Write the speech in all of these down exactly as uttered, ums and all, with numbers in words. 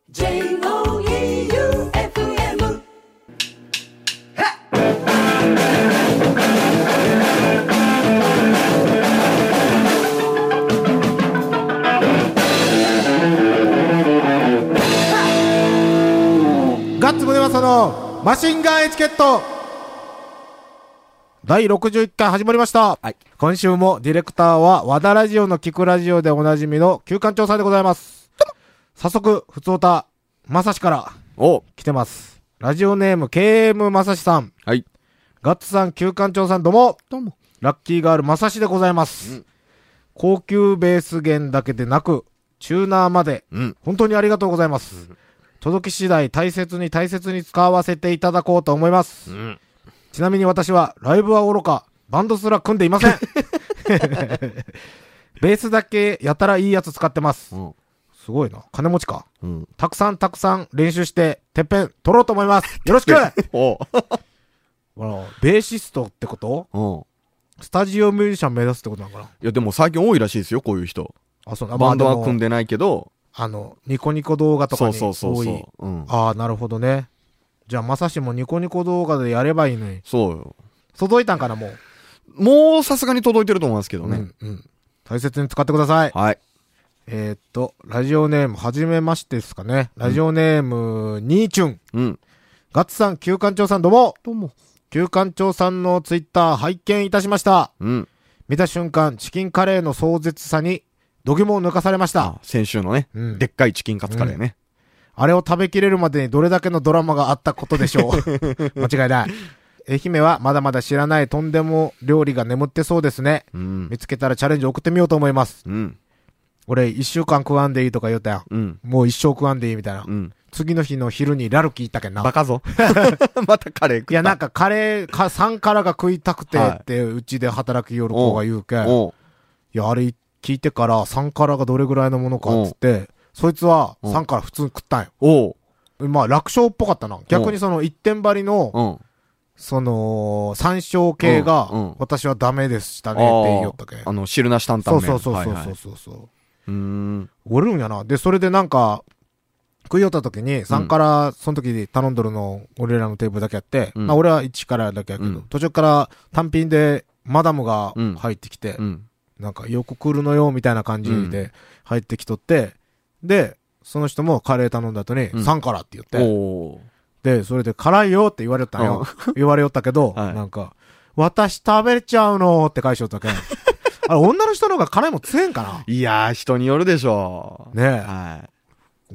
ジェイオーイーユーエフエムガッツムネマソのマシンガンエチケットだいろくじゅういっかい始まりました、はい、今週もディレクターは和田ラジオの聞くラジオでおなじみの旧館長さんでございます。早速ふつおたまさしから来てます。ラジオネーム ケーエム まさしさん、はい、ガッツさん、旧館長さん、どうもどうも。ラッキーガールまさしでございます、うん、高級ベース弦だけでなくチューナーまで、うん、本当にありがとうございます、うん、届き次第大切に大切に使わせていただこうと思います、うん、ちなみに私はライブはおろかバンドすら組んでいませんベースだけやたらいいやつ使ってます、うん、すごいな、金持ちか、うん、たくさんたくさん練習しててっぺん取ろうと思います。よろしくおベーシストってこと？うん、スタジオミュージシャン目指すってことなのかな。いやでも最近多いらしいですよ、こういう人。あ、そうな、バンドは組んでないけど、 あのニコニコ動画とかに多い。そうそうそうそう、うん、ああ、なるほどね。じゃあまさしもニコニコ動画でやればいいのに。そうよ。届いたんかな、もう。 もうさすがに届いてると思いますけどね。うんうん。 大切に使ってください。はい。えー、っと、ラジオネーム、はじめましてですかね。ラジオネーム、うん、ニーチュン。うん。ガッツさん、旧館長さん、どうも。どうも。旧館長さんのツイッター拝見いたしました。うん。見た瞬間、チキンカレーの壮絶さに、度肝を抜かされました。あ、 先週のね、うん、でっかいチキンカツカレーね、 うん。あれを食べきれるまでにどれだけのドラマがあったことでしょう。間違いない。愛媛はまだまだ知らないとんでも料理が眠ってそうですね。うん、見つけたらチャレンジ送ってみようと思います。うん、俺、一週間食わんでいいとか言ったやん。うん、もう一生食わんでいいみたいな。うん、次の日の昼にラルキー行ったけんな。 バカぞ。またカレー食った。 いや、なんかカレー、か、さんからが食いたくてって、うちで働きよる子が言うけん。いや、あれ聞いてからさんからがどれぐらいのものかっつって、そいつはさんから普通に食ったんよ。おまあ、楽勝っぽかったな。逆にその一点張りの、その、山椒系が、私はダメでしたねって言いよったけん。 あの、汁なし担々麺。 そうそうそうそうそうそう。はいはい、うーん。おるんやな。で、それでなんか、食いよった時に、さんから、その時で頼んどるの、俺らのテーブルだけやって、うん、まあ俺はいちからだけやけど、うん、途中から単品でマダムが入ってきて、うん、なんかよく来るのよ、みたいな感じで入ってきとって、うん、で、その人もカレー頼んだ後に、うん、さんからって言って、で、それで辛いよって言われたんよ。言われよったけど、はい、なんか、私食べちゃうのって返しよったけん。あれ、女の人の方が辛いもん強いんかな。 いやー、人によるでしょう。ねえ。はい。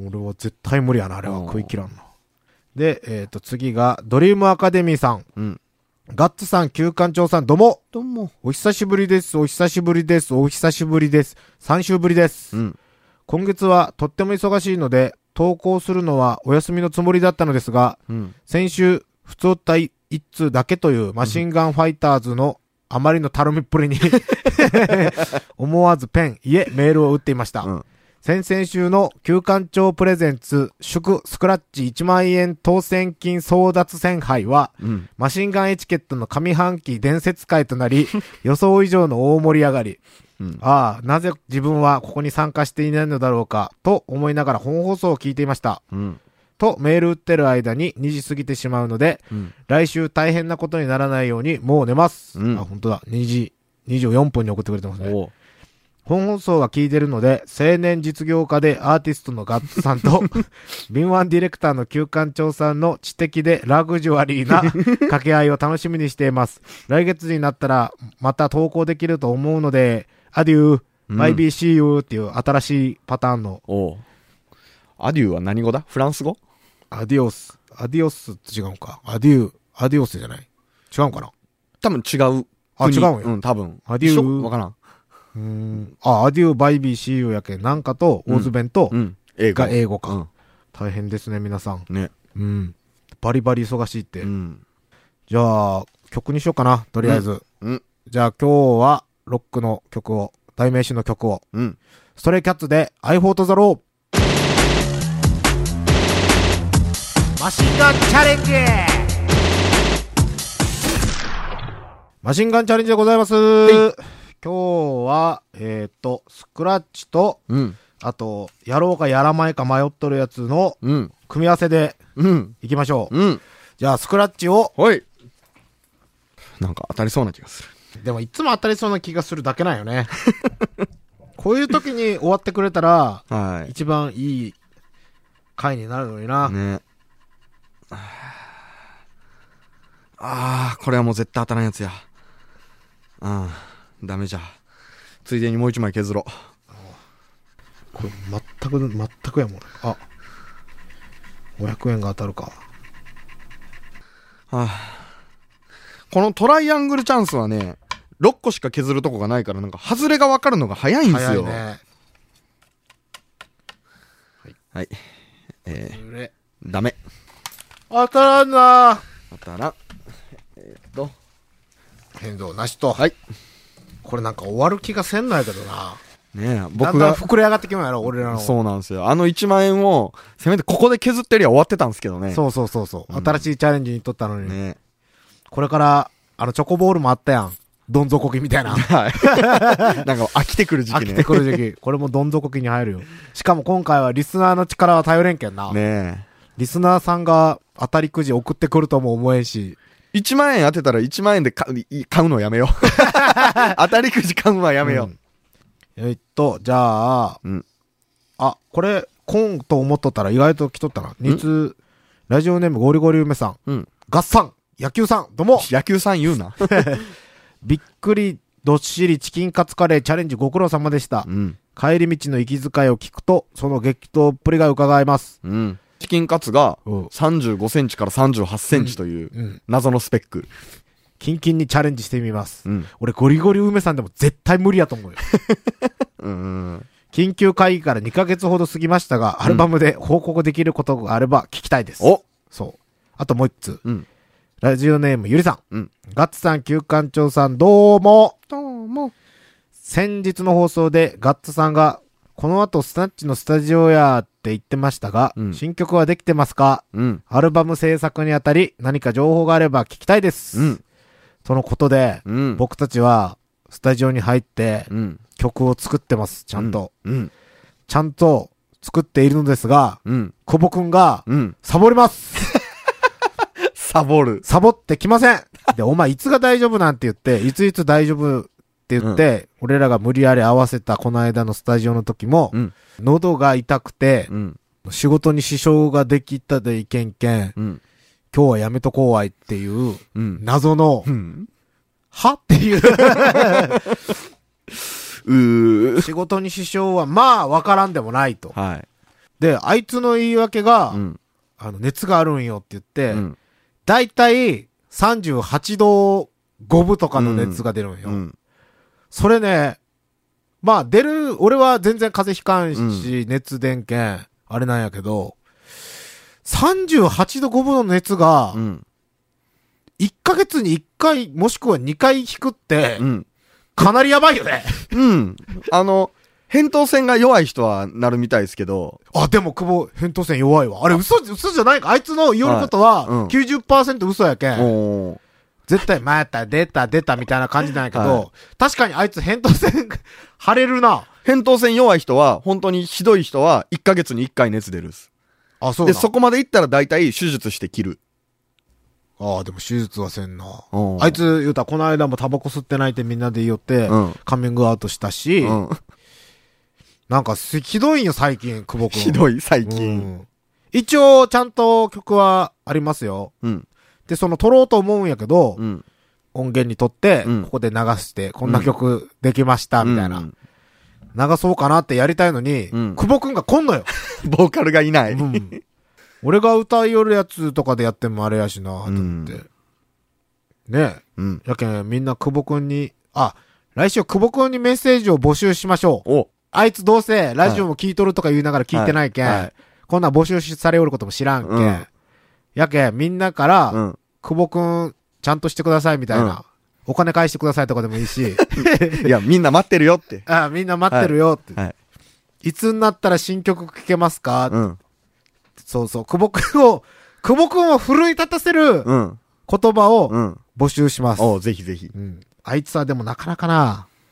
俺は絶対無理やな、あれは食い切らんの。で、えっと、次が、ドリームアカデミーさん。うん。ガッツさん、旧館長さん、どうも。どうも。お久しぶりです。お久しぶりです。お久しぶりです。さん週ぶりです。うん。今月はとっても忙しいので、投稿するのはお休みのつもりだったのですが、うん、先週、普通対一通だけというマシンガンファイターズのあまりのたるみっぷりに思わずペン、いえ、メールを打っていました。うん、先々週の旧館長プレゼンツ祝スクラッチいちまんえん当選金争奪戦杯は、うん、マシンガンエチケットの上半期伝説会となり、予想以上の大盛り上がり。うん、ああ、なぜ自分はここに参加していないのだろうか、と思いながら本放送を聞いていました。うん、と、メール打ってる間ににじ過ぎてしまうので、うん、来週大変なことにならないようにもう寝ます。うん、あ、本当だ。にじにじゅうよんぷんに送ってくれてますね。本放送は聞いてるので、青年実業家でアーティストのガッツさんと、敏腕ディレクターの旧館長さんの知的でラグジュアリーな掛け合いを楽しみにしています。来月になったらまた投稿できると思うので、アデュー、バイビーシーユーっていう新しいパターンの。おう。 アデューは何語だ？フランス語？ アディオス。アディオスって違うんか。アデュー、アディオスじゃない？違うんかな？ 多分違う。 あ、違うんよ。 うん、多分。 アデュー。 わからん。 うーん。あ、アデュー、バイビーシーユーやけん。なんかと、オーズ弁と、うんうん、英語が英語か、うん。大変ですね、皆さん。ね。うん。バリバリ忙しいって。うん。じゃあ、曲にしようかな、とりあえず。うん。うん、じゃあ今日は、ロックの曲を、代名詞の曲を。うん。ストレイキャッツで、I Fought the Law。マシンガンチャレンジマシンガンチャレンジでございます。今日は、えっと、スクラッチと、うん、 あと、やろうかやらないか迷っとるやつの、組み合わせで、うん。いきましょう。うん。じゃあ、スクラッチを。 はい。なんか当たりそうな気がする。 でも、いつも当たりそうな気がするだけなんよね。こういう時に終わってくれたら、はい。一番いい回になるのにな。ね。 ああ、これはもう絶対当たらんやつや。うん。ダメじゃ。ついでにもう一枚削ろう。 これ全く、全くやもん。あ。ごひゃくえんが当たるか。 はあ、このトライアングルチャンスはね、ろっこしか削るとこがないから、なんか、外れが分かるのが早いんですよ。早いね。はい。はい。えー、ダメ。 当たらんな。 当たらん。えー、っと。 変動なしと。はい。これなんか終わる気がせんないけどな。 ねえ、 僕が。だんだん膨れ上がってきまやろ、俺らの。 そうなんですよ。あのいちまん円を、せめてここで削ってりゃ終わってたんですけどね。 そうそうそうそう、うん。新しいチャレンジにとったのに。ね。これから、あの、チョコボールもあったやん。どん底期みたいな。はい。 なんか飽きてくる時期ね。 飽きてくる時期。これもどん底期に入るよ。しかも今回はリスナーの力は頼れんけんな。ねえ。リスナーさんが当たりくじ送ってくるとも思えんし。 いちまん円当てたらいちまん円で買うのやめよう。当たりくじ買うのはやめよう。うんえっと、じゃあ、うん、あ、これ、コンと思っとったら意外と来とったな。に通、ラジオネームゴリゴリ梅さん。うん。ガッサン野球さんどうも野球さん言うな。 びっくり、どっしりチキンカツカレーチャレンジご苦労様でした。うん。帰り道の息遣いを聞くと、その激闘っぷりが伺えます。うん。 チキンカツがさんじゅうごセンチからさんじゅうはちセンチという謎のスペック。 キンキンにチャレンジしてみます。うん、俺ゴリゴリ梅さんでも絶対無理やと思うよ。うん、緊急会議からにかげつほど過ぎましたが、アルバムで報告できることがあれば聞きたいです。おそう。あともう一つ。うん、ラジオネームゆりさん。うん、ガッツさん、旧館長さん、どうも。どうも。先日の放送でガッツさんが、この後スタッチのスタジオやって言ってましたが、うん、新曲はできてますか、うん、アルバム制作にあたり何か情報があれば聞きたいです。うんそのことで、うん、僕たちは、スタジオに入って、うん、曲を作ってます、ちゃんと。うんうん、ちゃんと作っているのですが、うん、久保くんが、うん、サボります。 サボる。 サボってきません。で、お前いつが大丈夫なんて言って、いついつ大丈夫って言って、うん、俺らが無理やり合わせたこの間のスタジオの時も、うん、喉が痛くて、うん、仕事に支障ができたでいけんけん、うん今日はやめとこうわいっていう、謎の、うん、はっていうう。仕事に支障は、まあ、わからんでもないと。はい。で、あいつの言い訳が、うん、あの、熱があるんよって言って、うん、だいたいさんじゅうはちどごぶとかの熱が出るんよ。うんうん、それね、まあ、出る、俺は全然風邪ひかんし、うん、熱出んけん、あれなんやけど、さんじゅうはちどごぶの熱が、うん、いっかげつにいっかいもしくはにかい引くって、うん、かなりやばいよね。 うん。あの、扁桃腺が弱い人はなるみたいですけど。 あ、でも久保、扁桃腺弱いわ。あれ嘘、嘘じゃないか。あいつの言うことは、きゅうじゅっパーセント 嘘やけん。うん、絶対、また出た出たみたいな感じなんやけど、はい、確かにあいつ扁桃腺腫れるな。 扁桃腺弱い人は、本当にひどい人はいっかげつにいっかい熱出るっす。あ、そうで、そこまで行ったら大体手術して切る。 ああ、でも手術はせんな。あいつ言うたらこの間もタバコ吸ってないってみんなで言って、うん、カミングアウトしたし、うん、なんかひどいんよ最近、久保くん。 ひどい最近、うん。 一応ちゃんと曲はありますよ。うん、で、その撮ろうと思うんやけど、うん、音源に撮って、ここで流して、こんな曲できました、みたいな。うん流そうかなってやりたいのに、うん、久保くんが来んのよ。 ボーカルがいない、うん。 俺が歌いよるやつとかでやってもあれやしな、と思って。うん、ねえ。うん、やけん、みんな久保くんに、あ、来週久保くんにメッセージを募集しましょう。おあいつどうせラジオも聞いとるとか言いながら聞いてないけん、はいはい、こんな募集されおることも知らんけん。うん、やけん、みんなから、うん、久保くんちゃんとしてくださいみたいな。うんお金返してくださいとかでもいいし。 いや、みんな待ってるよって。 ああ、みんな待ってるよって。はい。いつになったら新曲聴けますかうん。そうそう。久保くんを、久保くんを奮い立たせる、うん。言葉を、うん。募集します。 おうぜひぜひ。 うん。あいつはでもなかなかな、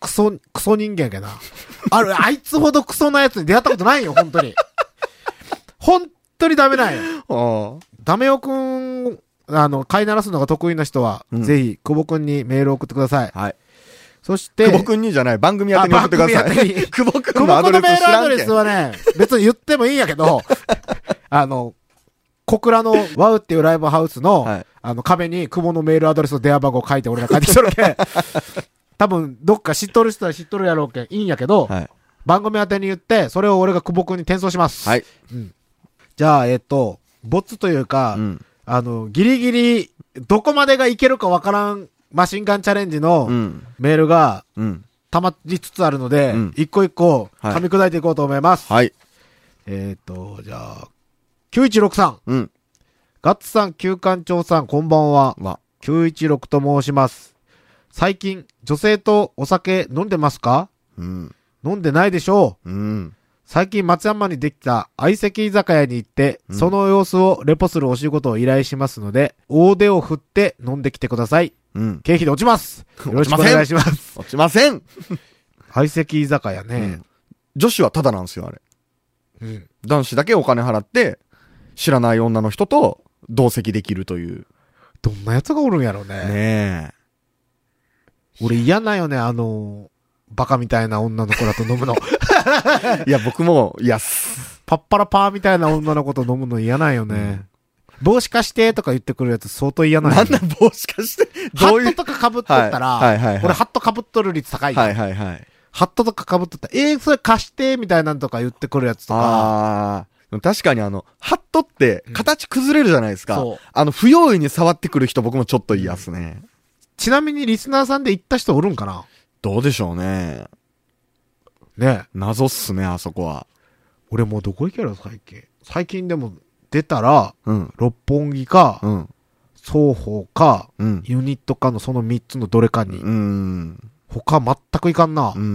クソ、クソ人間やけな。ある、あいつほどクソなやつに出会ったことないよ、本当に。本当にダメなんよ。ダメオくん、あの、飼いならすのが得意な人は、うん、ぜひ、久保くんにメールを送ってください。はい。そして、 久保くんにじゃない、番組宛てに送ってください。 久保くんのアドレス知らんけん。久保くんのメールアドレスはね、別に言ってもいいんやけど、あの、小倉のワウっていうライブハウスの、はい、あの壁に久保のメールアドレスと電話番号書いて俺が書いてきとるけん。多分、どっか知っとる人は知っとるやろうけん、いいんやけど、はい、番組宛てに言って、それを俺が久保くんに転送します。はい。うん。じゃあ、えっと、ボツというか、うん、あの、ギリギリ、どこまでがいけるかわからんマシンガンチャレンジのメールが、溜まりつつあるので、うん、一個一個噛み砕いていこうと思います。はい。えっと、じゃあ、きゅういちろくさん。うん。ガッツさん、旧館長さん、こんばんは。ま、きゅういちろくと申します。最近、女性とお酒飲んでますか？うん。飲んでないでしょう。うん。最近松山にできた相席居酒屋に行って、うん、その様子をレポするお仕事を依頼しますので、大手を振って飲んできてください。うん。経費で落ちます。よろしくお願いします。 落ちません。 相席居酒屋ね、うん。 女子はタダなんですよ、あれ。うん。男子だけお金払って、知らない女の人と同席できるという。 どんな奴がおるんやろうね。ねえ。俺嫌なよね、あの、バカみたいな女の子らと飲むの。 いや、僕も嫌っす。 パッパラパーみたいな女の子と飲むの嫌なんよね。うん、帽子貸してとか言ってくるやつ相当嫌なんよね。 なんだ帽子貸してハットとか被っとったら、はいはいはいはい、俺ハット被っとる率高いよ。はいはいはい。ハットとか被っとったら、えー、それ貸してみたいなんとか言ってくるやつとか。 あー。確かにあの、ハットって形崩れるじゃないですか。うん、そう。あの、不用意に触ってくる人僕もちょっと嫌っすね。 ちなみにリスナーさんで行った人おるんかな？ どうでしょうね。ね。謎っすね、あそこは。 俺もうどこ行けるの最近。最近でも出たら、うん、六本木か、うん、双方か、うん、ユニットかのその三つのどれかに。うん、他全く行かんな。うん、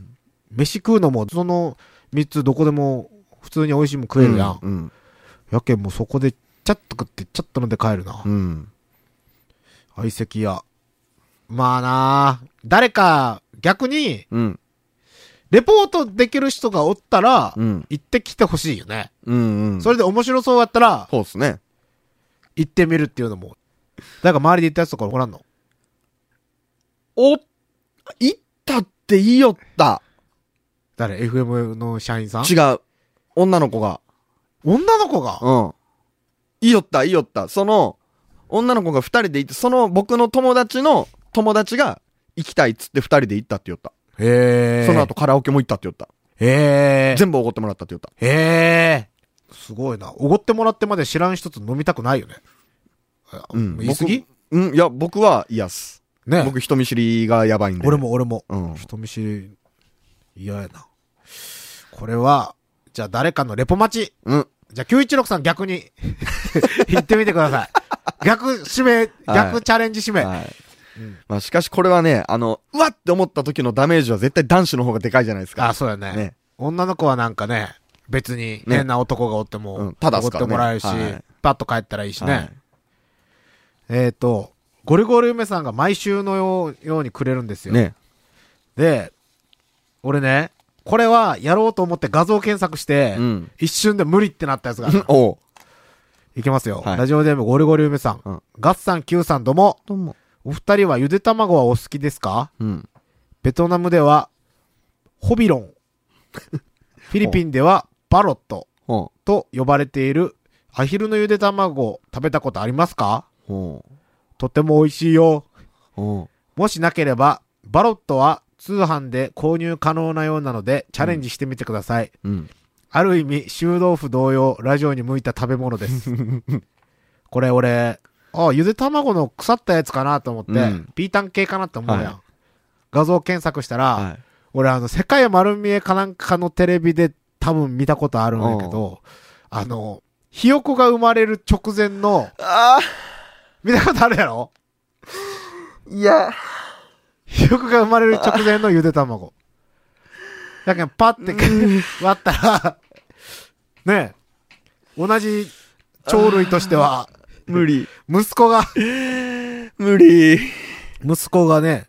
飯食うのもその三つどこでも普通に美味しいもん食えるやん。うんうん、やけんもうそこでチャッと食ってチャッと飲んで帰るな。うん、相席屋。まあなあ、誰か逆に、うん、レポートできる人がおったら、うん、行ってきてほしいよね。うんうん。それで面白そうやったら、 そうですね。 行ってみるっていうのも。だから周りで行ったやつとかおらんの？ お、行ったって言いよった。 誰？ エフエム の社員さん？ 違う。女の子が。 女の子が？ うん。言いよった、言いよった。その、女の子が二人で行って、その僕の友達の友達が行きたいっつって二人で行ったって言った。へー。その後カラオケも行ったって言った。へー。全部おごってもらったって言った。 へー。すごいな。おごってもらってまで知らん人と飲みたくないよね。うん。言い過ぎ？ うん、いや、僕は嫌っす。ね。僕人見知りがやばいんで。 俺も俺も。うん。人見知り、嫌やな。これは、じゃあ誰かのレポ待ち。うん。じゃあきゅういちろくさん逆に、言ってみてください。逆指名、逆チャレンジ指名。はいはいうん、まあしかしこれはね、あの、うわって思った時のダメージは絶対男子の方がでかいじゃないですか。 あ、そうやね。ね女の子はなんかね、別に変な男がおっても、ねうん、ただおごってもらえるし、はい、パッと帰ったらいいしね。はい、えっ、ー、と、ゴリゴリ梅さんが毎週のようようにくれるんですよ。ね。で、俺ね、これはやろうと思って画像検索して、うん、一瞬で無理ってなったやつがある。おう。いきますよ。はい、ラジオネームゴリゴリ梅さん。うん、ガッツさん、キューさんどうも。どうも。お二人はゆで卵はお好きですか？うん。ベトナムでは、ホビロン。フィリピンでは、バロット。と呼ばれている、アヒルのゆで卵食べたことありますか？とても美味しいよ。もしなければ、バロットは通販で購入可能なようなので、チャレンジしてみてください。うん。ある意味、臭豆腐同様、ラジオに向いた食べ物です。これ俺、ああ、ゆで卵の腐ったやつかなと思って、うん、ピータン系かなって思うやん。はい、画像検索したら、はい、俺あの、世界丸見えかなんかのテレビで多分見たことあるんだけど、あの、ひよこが生まれる直前の、あ見たことあるやろ？ いや。 ひよこが生まれる直前のゆで卵。だけどパッて割ったら、ねえ、同じ鳥類としては、 無理。 息子が、 無理。 息子がね、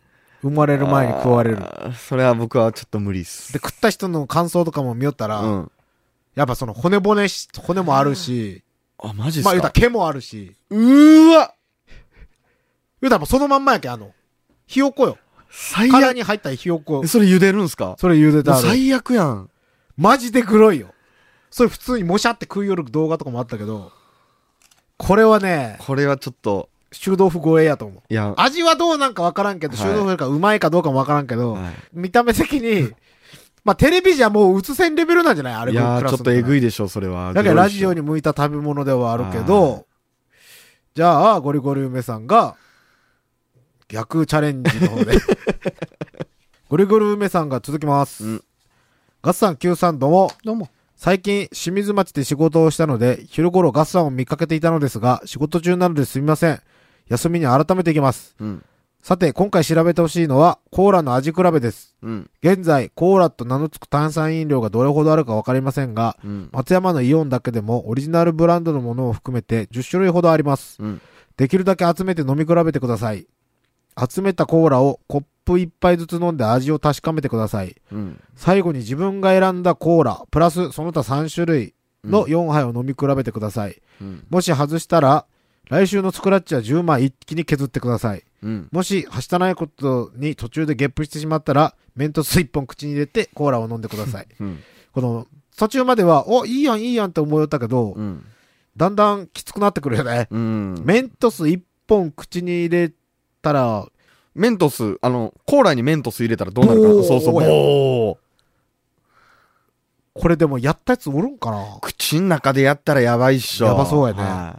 生まれる前に食われる。 それは僕はちょっと無理っす。 で、食った人の感想とかも見よったら、 うん、 やっぱその骨骨し、骨もあるし、 あ、マジっすか。 まあ言うたら毛もあるし。 うーわ言うたらもうそのまんまやけん、あの、ひよこよ。 最悪。 殻に入ったひよこ。 それ茹でるんすか？ それ茹でたら。 最悪やん。 マジで黒いよ。それ普通にもしゃって食いよる動画とかもあったけど、これはね、 これはちょっと、 臭豆腐超えやと思う。 いや、 味はどうなんかわからんけど、臭豆腐がうまいかどうかもわからんけど、 はい、 見た目的に、まあ、テレビじゃもう映せんレベルなんじゃないあれいやー、ちょっとえぐいい。 でしょ、それは。 だからラジオに向いた食べ物ではあるけど、じゃあ、ゴリゴリ梅さんが、逆チャレンジの方で。ゴリゴリ梅さんが続きます。うん、ガッサン Q さんどうも。 どうも。 最近、清水町で仕事をしたので、昼頃ガッサンを見かけていたのですが、仕事中なのですみません。休みに改めていきます。うん、さて、今回調べてほしいのは、コーラの味比べです。うん、現在、コーラと名の付く炭酸飲料がどれほどあるかわかりませんが、うん、松山のイオンだけでもオリジナルブランドのものを含めてじゅっしゅるいほどあります。うん、できるだけ集めて飲み比べてください。集めたコーラをコップ一杯ずつ飲んで味を確かめてください。うん、最後に自分が選んだコーラ、プラスその他さんしゅるいのよんはいを飲み比べてください。うん、もし外したら、来週のスクラッチはじゅうまい一気に削ってください。うん、もし、はしたないことに途中でゲップしてしまったら、メントスいっぽん口に入れてコーラを飲んでください。うん、この、途中までは、お、いいやんいいやんって思いよったけど、うん、だんだんきつくなってくるよね。うん、メントスいっぽん口に入れたら、 メントス、あの、コーラにメントス入れたらどうなるかな。そうそう、ボー。 これでもやったやつおるんかな？ 口の中でやったらやばいっしょ。 やばそうやね。はい、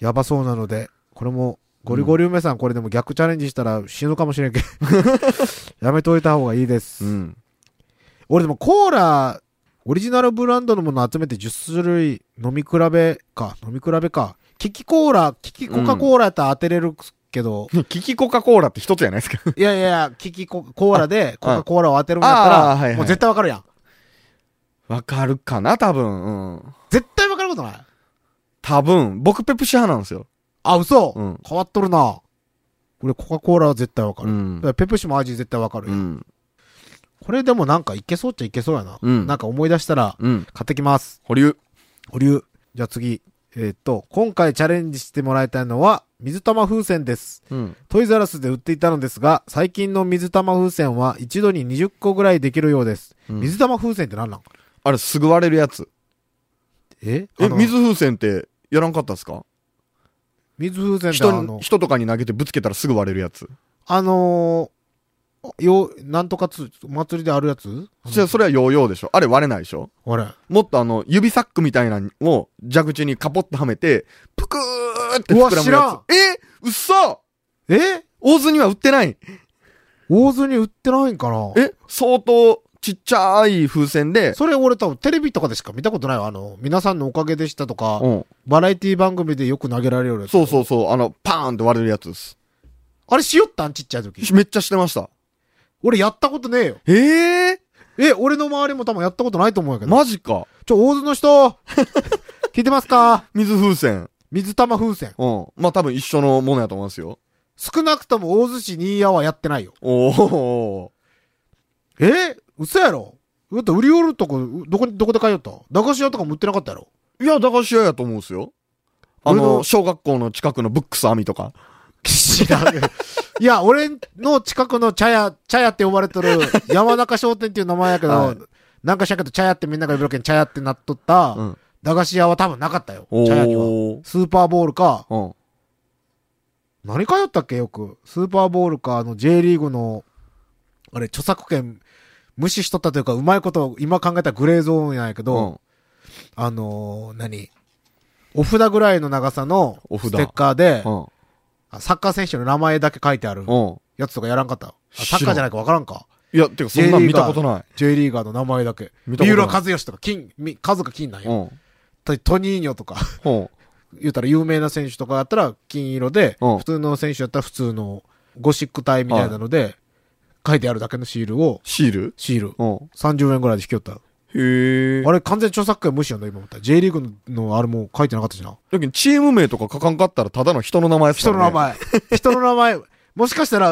やばそうなので、これも、ゴリゴリ梅さんこれでも逆チャレンジしたら死ぬかもしれんけど。やめといた方がいいです。うん、俺でもコーラ、オリジナルブランドのもの集めてじゅっしゅるい飲み比べか、飲み比べか。キキコーラ、キキコカ・コーラやったら当てれるけど。 うん、キキコカ・コーラって一つじゃないですか。 いやいや、キキココーラでコカ・コーラを当てるんだったら、はいはい、もう絶対わかるやん。 わかるかな多分。うん。 絶対わかることない多分。僕ペプシ派なんですよ。 あ、嘘、うん、変わっとるな。俺コカ・コーラは絶対わかる。うん、ペプシも味絶対わかるよ、うん。これでもなんかいけそうっちゃいけそうやな。うん、なんか思い出したら、買ってきます。 保留。 保留。じゃあ次。えっと、今回チャレンジしてもらいたいのは、水玉風船です。うん、トイザらスで売っていたのですが、最近の水玉風船は一度ににじゅっこぐらいできるようです。うん、水玉風船って何なん？ あれ、すぐ割れるやつ。 ええ、水風船ってやらんかったっすか？ 水風船って人あの人とかに投げてぶつけたらすぐ割れるやつ。 あのー、よ、なんとかつ、祭りであるやつ？ じゃあ、それはヨーヨーでしょ。あれ割れないでしょ。 割れ。 もっとあの、指サックみたいなのを蛇口にカポッとはめて、ぷくーって膨らむやつ。うわ、知らん。えうっそえ大津には売ってない。 大津に売ってないんかな？ え相当ちっちゃい風船で。 それ俺多分テレビとかでしか見たことないわ。あの、皆さんのおかげでしたとか、うん、バラエティ番組でよく投げられるやつ。 そうそうそう。あの、パーンって割れるやつです。 あれしよったんちっちゃい時。 めっちゃしてました。 俺やったことねえよ。 ええー、え、俺の周りも多分やったことないと思うんやけど。 マジか。 ちょ、大津の人聞いてますか？ 水風船。 水玉風船。 うん。まあ、多分一緒のものやと思いますよ。 少なくとも大津市新谷はやってないよ。 おお。 え嘘やろ？だって売り寄るとこ、どこに、どこで買いよった？駄菓子屋とかも売ってなかったやろ？ いや、駄菓子屋やと思うんすよ。あの、小学校の近くのブックス網とか。 知らん。いや、俺の近くの茶屋、茶屋って呼ばれてる山中商店っていう名前やけど、はい、なんかしらんけど茶屋ってみんなが呼ぶけん茶屋ってなっとった、うん、駄菓子屋は多分なかったよ。茶屋には。スーパーボールか、うん、何通ったっけよく。スーパーボールか、あの J リーグの、あれ、著作権無視しとったというか、うまいこと今考えたらグレーゾーンやないけど、うん、あのー、何お札ぐらいの長さのステッカーで、うんサッカー選手の名前だけ書いてあるやつとかやらんかった。サッカーじゃないかわからんか。 いや、てかそんなん見たことない。 J リーガーの名前だけ。三浦和義とか金、数が金なんよ。うん、トニーニョとか。うん、言うたら有名な選手とかやったら金色で、うん、普通の選手やったら普通のゴシック体みたいなので、書いてあるだけのシールを。 シールシール。うん、さんじゅうえんぐらいで引きよった。 へー。 あれ完全著作権無視やんだ、今思った。J リーグのあれも書いてなかったしな。 だけどチーム名とか書かんかったらただの人の名前ですからね。 人の名前。人の名前。もしかしたら、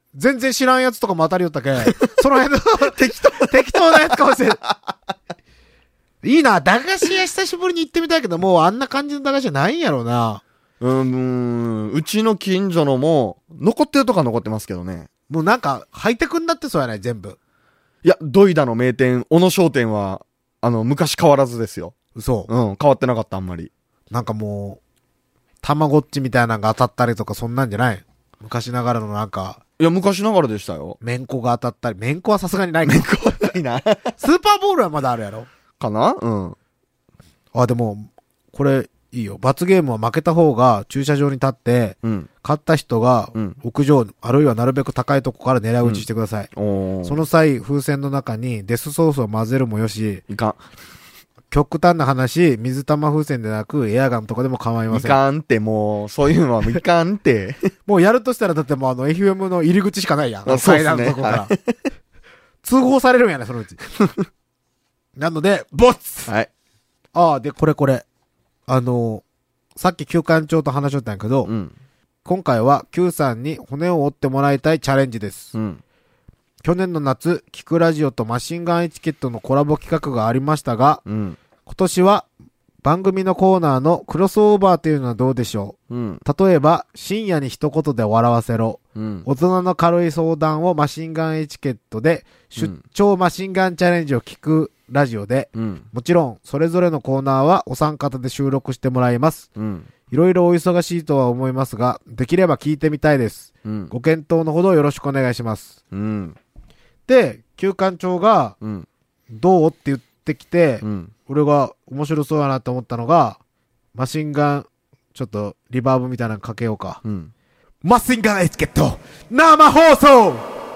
全然知らんやつとかも当たりよったけ。その辺の適当、適当なやつかもしれん。いいな、駄菓子屋久しぶりに行ってみたいけど、もうあんな感じの駄菓子じゃないんやろうな。 うーん、うちの近所のも、残ってるとか残ってますけどね。 もうなんか、ハイテクになってそうやない、全部。 いや、ドイダの名店、小野商店は、あの、昔変わらずですよ。 嘘。 うん、変わってなかった、あんまり。 なんかもう、たまごっちみたいなのが当たったりとかそんなんじゃない？昔ながらのなんか。 いや、昔ながらでしたよ。 めんこが当たったり。めんこはさすがにないか。めんこはないな。 スーパーボールはまだあるやろ？ かなうん。 あ、でも、これ、いいよ。罰ゲームは負けた方が駐車場に立って、うん、勝った人が屋上、うん、あるいはなるべく高いとこから狙い撃ちしてください。うん、その際、風船の中にデスソースを混ぜるもよし、 いかん。 極端な話、水玉風船でなくエアガンとかでも構いません。 いかんって、もう、そういうのはいかんって。 もうやるとしたらだってもうあの エフエム の入り口しかないやん。あ、階段のとこから、はい。通報されるんやね、そのうち。なので、ボツ！ はい。 ああ、で、これこれ。あの、さっき旧館長と話しとったんやけど、うん、今回は Q さんに骨を折ってもらいたいチャレンジです。うん、去年の夏、キクラジオとマシンガンエチケットのコラボ企画がありましたが、うん、今年は番組のコーナーのクロスオーバーというのはどうでしょう、うん、例えば、深夜に一言で笑わせろ、うん、大人の軽い相談をマシンガンエチケットで、出張マシンガンチャレンジを聞くラジオで、うん、もちろん、それぞれのコーナーはお三方で収録してもらいます。いろいろお忙しいとは思いますが、できれば聞いてみたいです。うん、ご検討のほどよろしくお願いします。うん、で、旧館長が、うん、どうって言ってきて、うん、俺が面白そうやなと思ったのが、マシンガン、ちょっとリバーブみたいなのかけようか。うん、マシンガンエチケット、生放送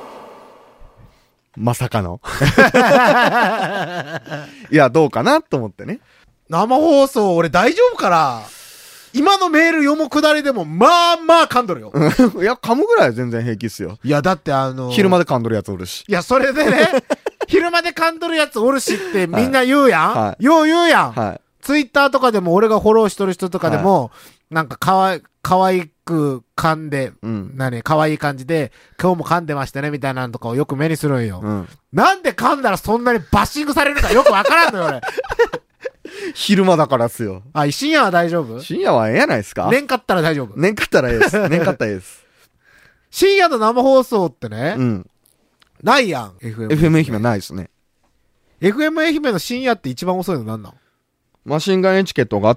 まさかの。いや、どうかなと思ってね。 生放送、俺大丈夫かな？今のメール読むくだりでも、まあまあ噛んどるよ。 いや、噛むぐらいは全然平気っすよ。 いや、だってあのー、 昼まで噛んどるやつおるし。 いや、それでね、昼まで噛んどるやつおるしってみんな言うやん、はい、よう言うやん、はい、ツイッターとかでも俺がフォローしとる人とかでも、はい、なんかかわい、かわいく噛んで、うん、何、かわいい感じで、今日も噛んでましたねみたいなのとかをよく目にするんよ。うん、なんで噛んだらそんなにバッシングされるかよくわからんのよ、俺。 昼間だからっすよ。 あ、深夜は大丈夫？ 深夜はええやないですか？ 年かったら大丈夫。 年かったらええです。年かったらええです。 深夜の生放送ってね、うん、ないやん。 エフエム エフエム 愛媛ないですね。 エフエム 愛媛の深夜って一番遅いのなんなん？ マシンガンエチケットがあって、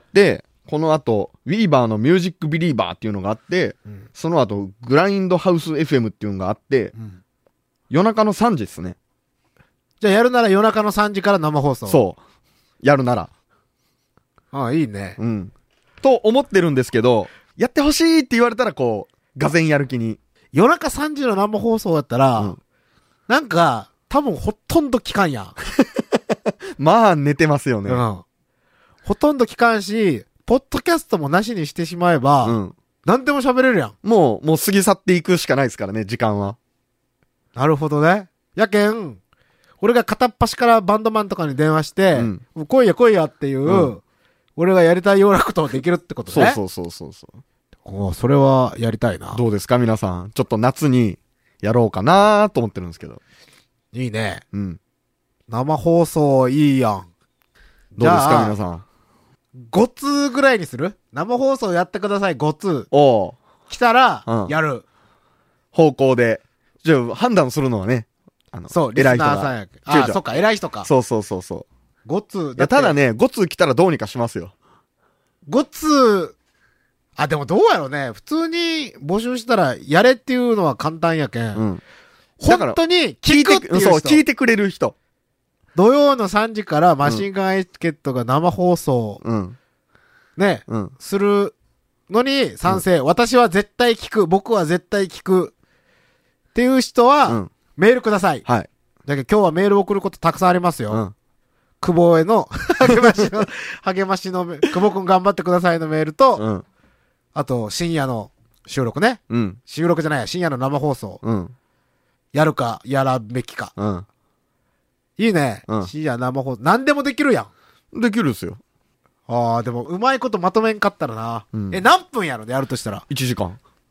この後、ウィーバーのミュージックビリーバーっていうのがあって、うん、その後、グラインドハウス エフエム っていうのがあって、うん、夜中のさんじですね。 じゃあやるなら夜中のさんじから生放送。 そう。やるなら。 ああ、いいね。 うん。と思ってるんですけど、やってほしいって言われたらこう、がぜんやる気に。 夜中さんじの生放送だったら、うん、なんか、多分ほとんど聞かんやん。 まあ、寝てますよね。 うん。ほとんど聞かんし、ポッドキャストもなしにしてしまえば、うん。何でも喋れるやん。 もう、もう過ぎ去っていくしかないですからね、時間は。 なるほどね。やけん、俺が片っ端からバンドマンとかに電話して、うん、もう来いや来いやっていう、うん、俺がやりたいようなことをできるってことね。 そうそうそうそう。 おそれはやりたいな。 どうですか皆さん。ちょっと夏にやろうかなと思ってるんですけど。 いいね。うん。生放送いいやん。 どうですか皆さん。 ご通ぐらいにする？生放送やってください、ご通。おう。来たら、うん、やる。 方向で。じゃあ、判断するのはね。あの、 そう、偉い人が。リスナーさんや。ああ、そっか、偉い人か。 そうそうそうそう。 ご通。 いや、ただね、ご通来たらどうにかしますよ。 ご通、あ、でもどうやろうね。普通に募集したら、やれっていうのは簡単やけん。うん。本当に聞くっていう人。そう、 聞いてくれる人。 土曜のさんじからマシンガンエチケットが生放送、うん、ね、うん、するのに賛成、うん。私は絶対聞く。僕は絶対聞く。っていう人は、うん、メールください。はい。だけど今日はメール送ることたくさんありますよ。うん、久保への励ましの、励ましの、久保くん頑張ってくださいのメールと、うん、あと深夜の収録ね。うん、収録じゃないや、深夜の生放送。うん、やるか、やらべきか。うんいいね。うん。深夜生放送。何でもできるやん。できるっすよ。 ああ、でも、うまいことまとめんかったらな。うん、え、何分やろでやるとしたら。 いちじかん。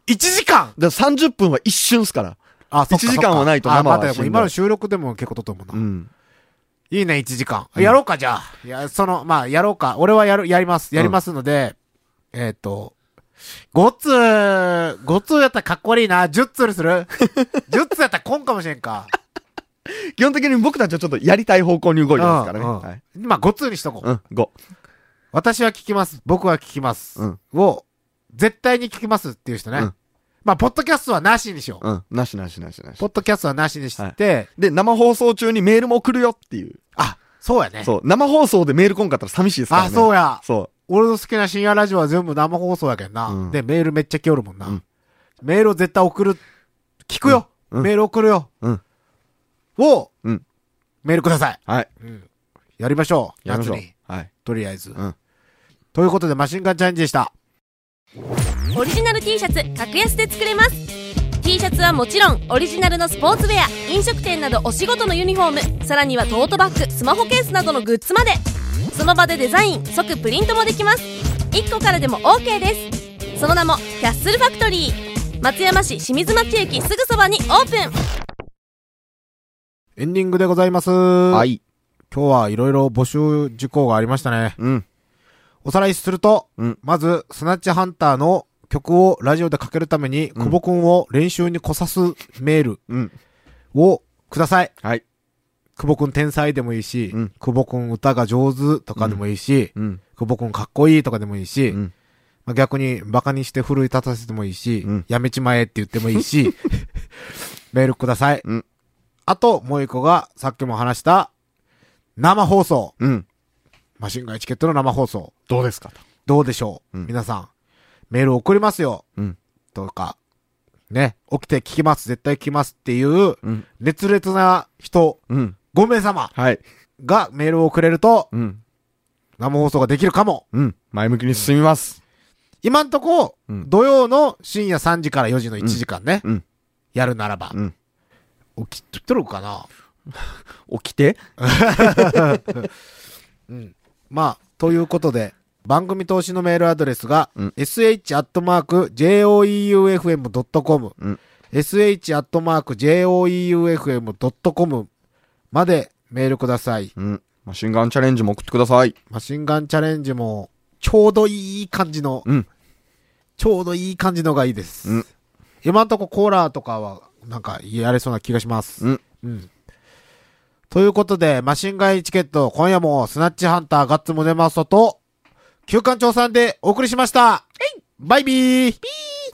いちじかんだからさんじゅっぷんは一瞬っすから。 あ、そっか。 いちじかんはないと生はあ、待って、 しんどい。 今の収録でも結構撮ったもんな。 うん。 いいね、いちじかん。 うんやろうか、じゃあ。いや、その、まあ、やろうか。俺はやる、やります。やりますので、うん、えっ、ー、と、ごつー、ごつーやったらかっこ悪いな。じゅっつにする ?じゅっ つやったらコンかもしれんか。 基本的に僕たちはちょっとやりたい方向に動いてますからね。うんうん、はい。 まあ、ごつにしとこう。 うん、ご。 私は聞きます。僕は聞きます。うん。を、絶対に聞きますっていう人ね。うん。まあ、ポッドキャストはなしにしよう。 うん。なしなしなしなし。 ポッドキャストはなしにして、はい、 で、生放送中にメールも送るよっていう。 あ、そうやね。 そう。生放送でメール来んかったら寂しいですからね。 あ、そうや。 そう。 俺の好きな深夜ラジオは全部生放送やけんな。うん、で、メールめっちゃ来よるもんな。うん、メールを絶対送る。聞くよ。うん、メール送るよ。うん。を、うん。メールください。 はい。 うん。やりましょう。 やりましょう。 夏に。 はい。 とりあえず。 うん。 ということで、マシンガンチャレンジでした。 オリジナル T シャツ、格安で作れます。T シャツはもちろん、オリジナルのスポーツウェア、飲食店などお仕事のユニフォーム、さらにはトートバッグ、スマホケースなどのグッズまで。その場でデザイン、即プリントもできます。いっこからでも OK です。その名もキャッスルファクトリー。松山市清水町駅すぐそばにオープン。 エンディングでございます。 はい。 今日はいろいろ募集事項がありましたね。 うん。 おさらいすると、 うん、 まず、スナッチハンターの曲をラジオでかけるために、うん、久保くんを練習に来さすメールをください。 はい。 久保くん天才でもいいし、 うん、 久保くん歌が上手とかでもいいし、 うん、 久保くんかっこいいとかでもいいし、 うん、 まあ、逆にバカにして奮い立たせてもいいし、 うん、 やめちまえって言ってもいいし、メールください。 うん、 あと、もう一個が、さっきも話した、生放送。 うん。 マシンガンエチケットの生放送。 どうですかと。 どうでしょう、うん、皆さん。メール送りますよ。 うん。 とか、ね、起きて聞きます、絶対聞きますっていう、うん、熱烈な人、 うん、 ごめいさま。 はい。 がメールをくれると、 うん。 生放送ができるかも。 うん。前向きに進みます。 今んとこ、うん、土曜の深夜さんじからよじのいちじかんね。 うん。 やるならば。 うん。 起きとるかな起きてうん。まあ、ということで、番組投資のメールアドレスが、うん、エスエイチ アットマーク ジェイオーイーユーエフエム ドットコム、 うん、 エスエイチ アットマーク ジェイオーイーユーエフエム ドットコム までメールください。 うん。マシンガンチャレンジも送ってください。 マシンガンチャレンジも、ちょうどいい感じの、 うん、 ちょうどいい感じのがいいです。 うん、 今んとこコーラとかは、なんか、やれそうな気がします。 うん。 うん。ということで、マシンガンエチケット、今夜もスナッチハンターガッツムネマストと、旧館長さんでお送りしました。バイビー。 ビー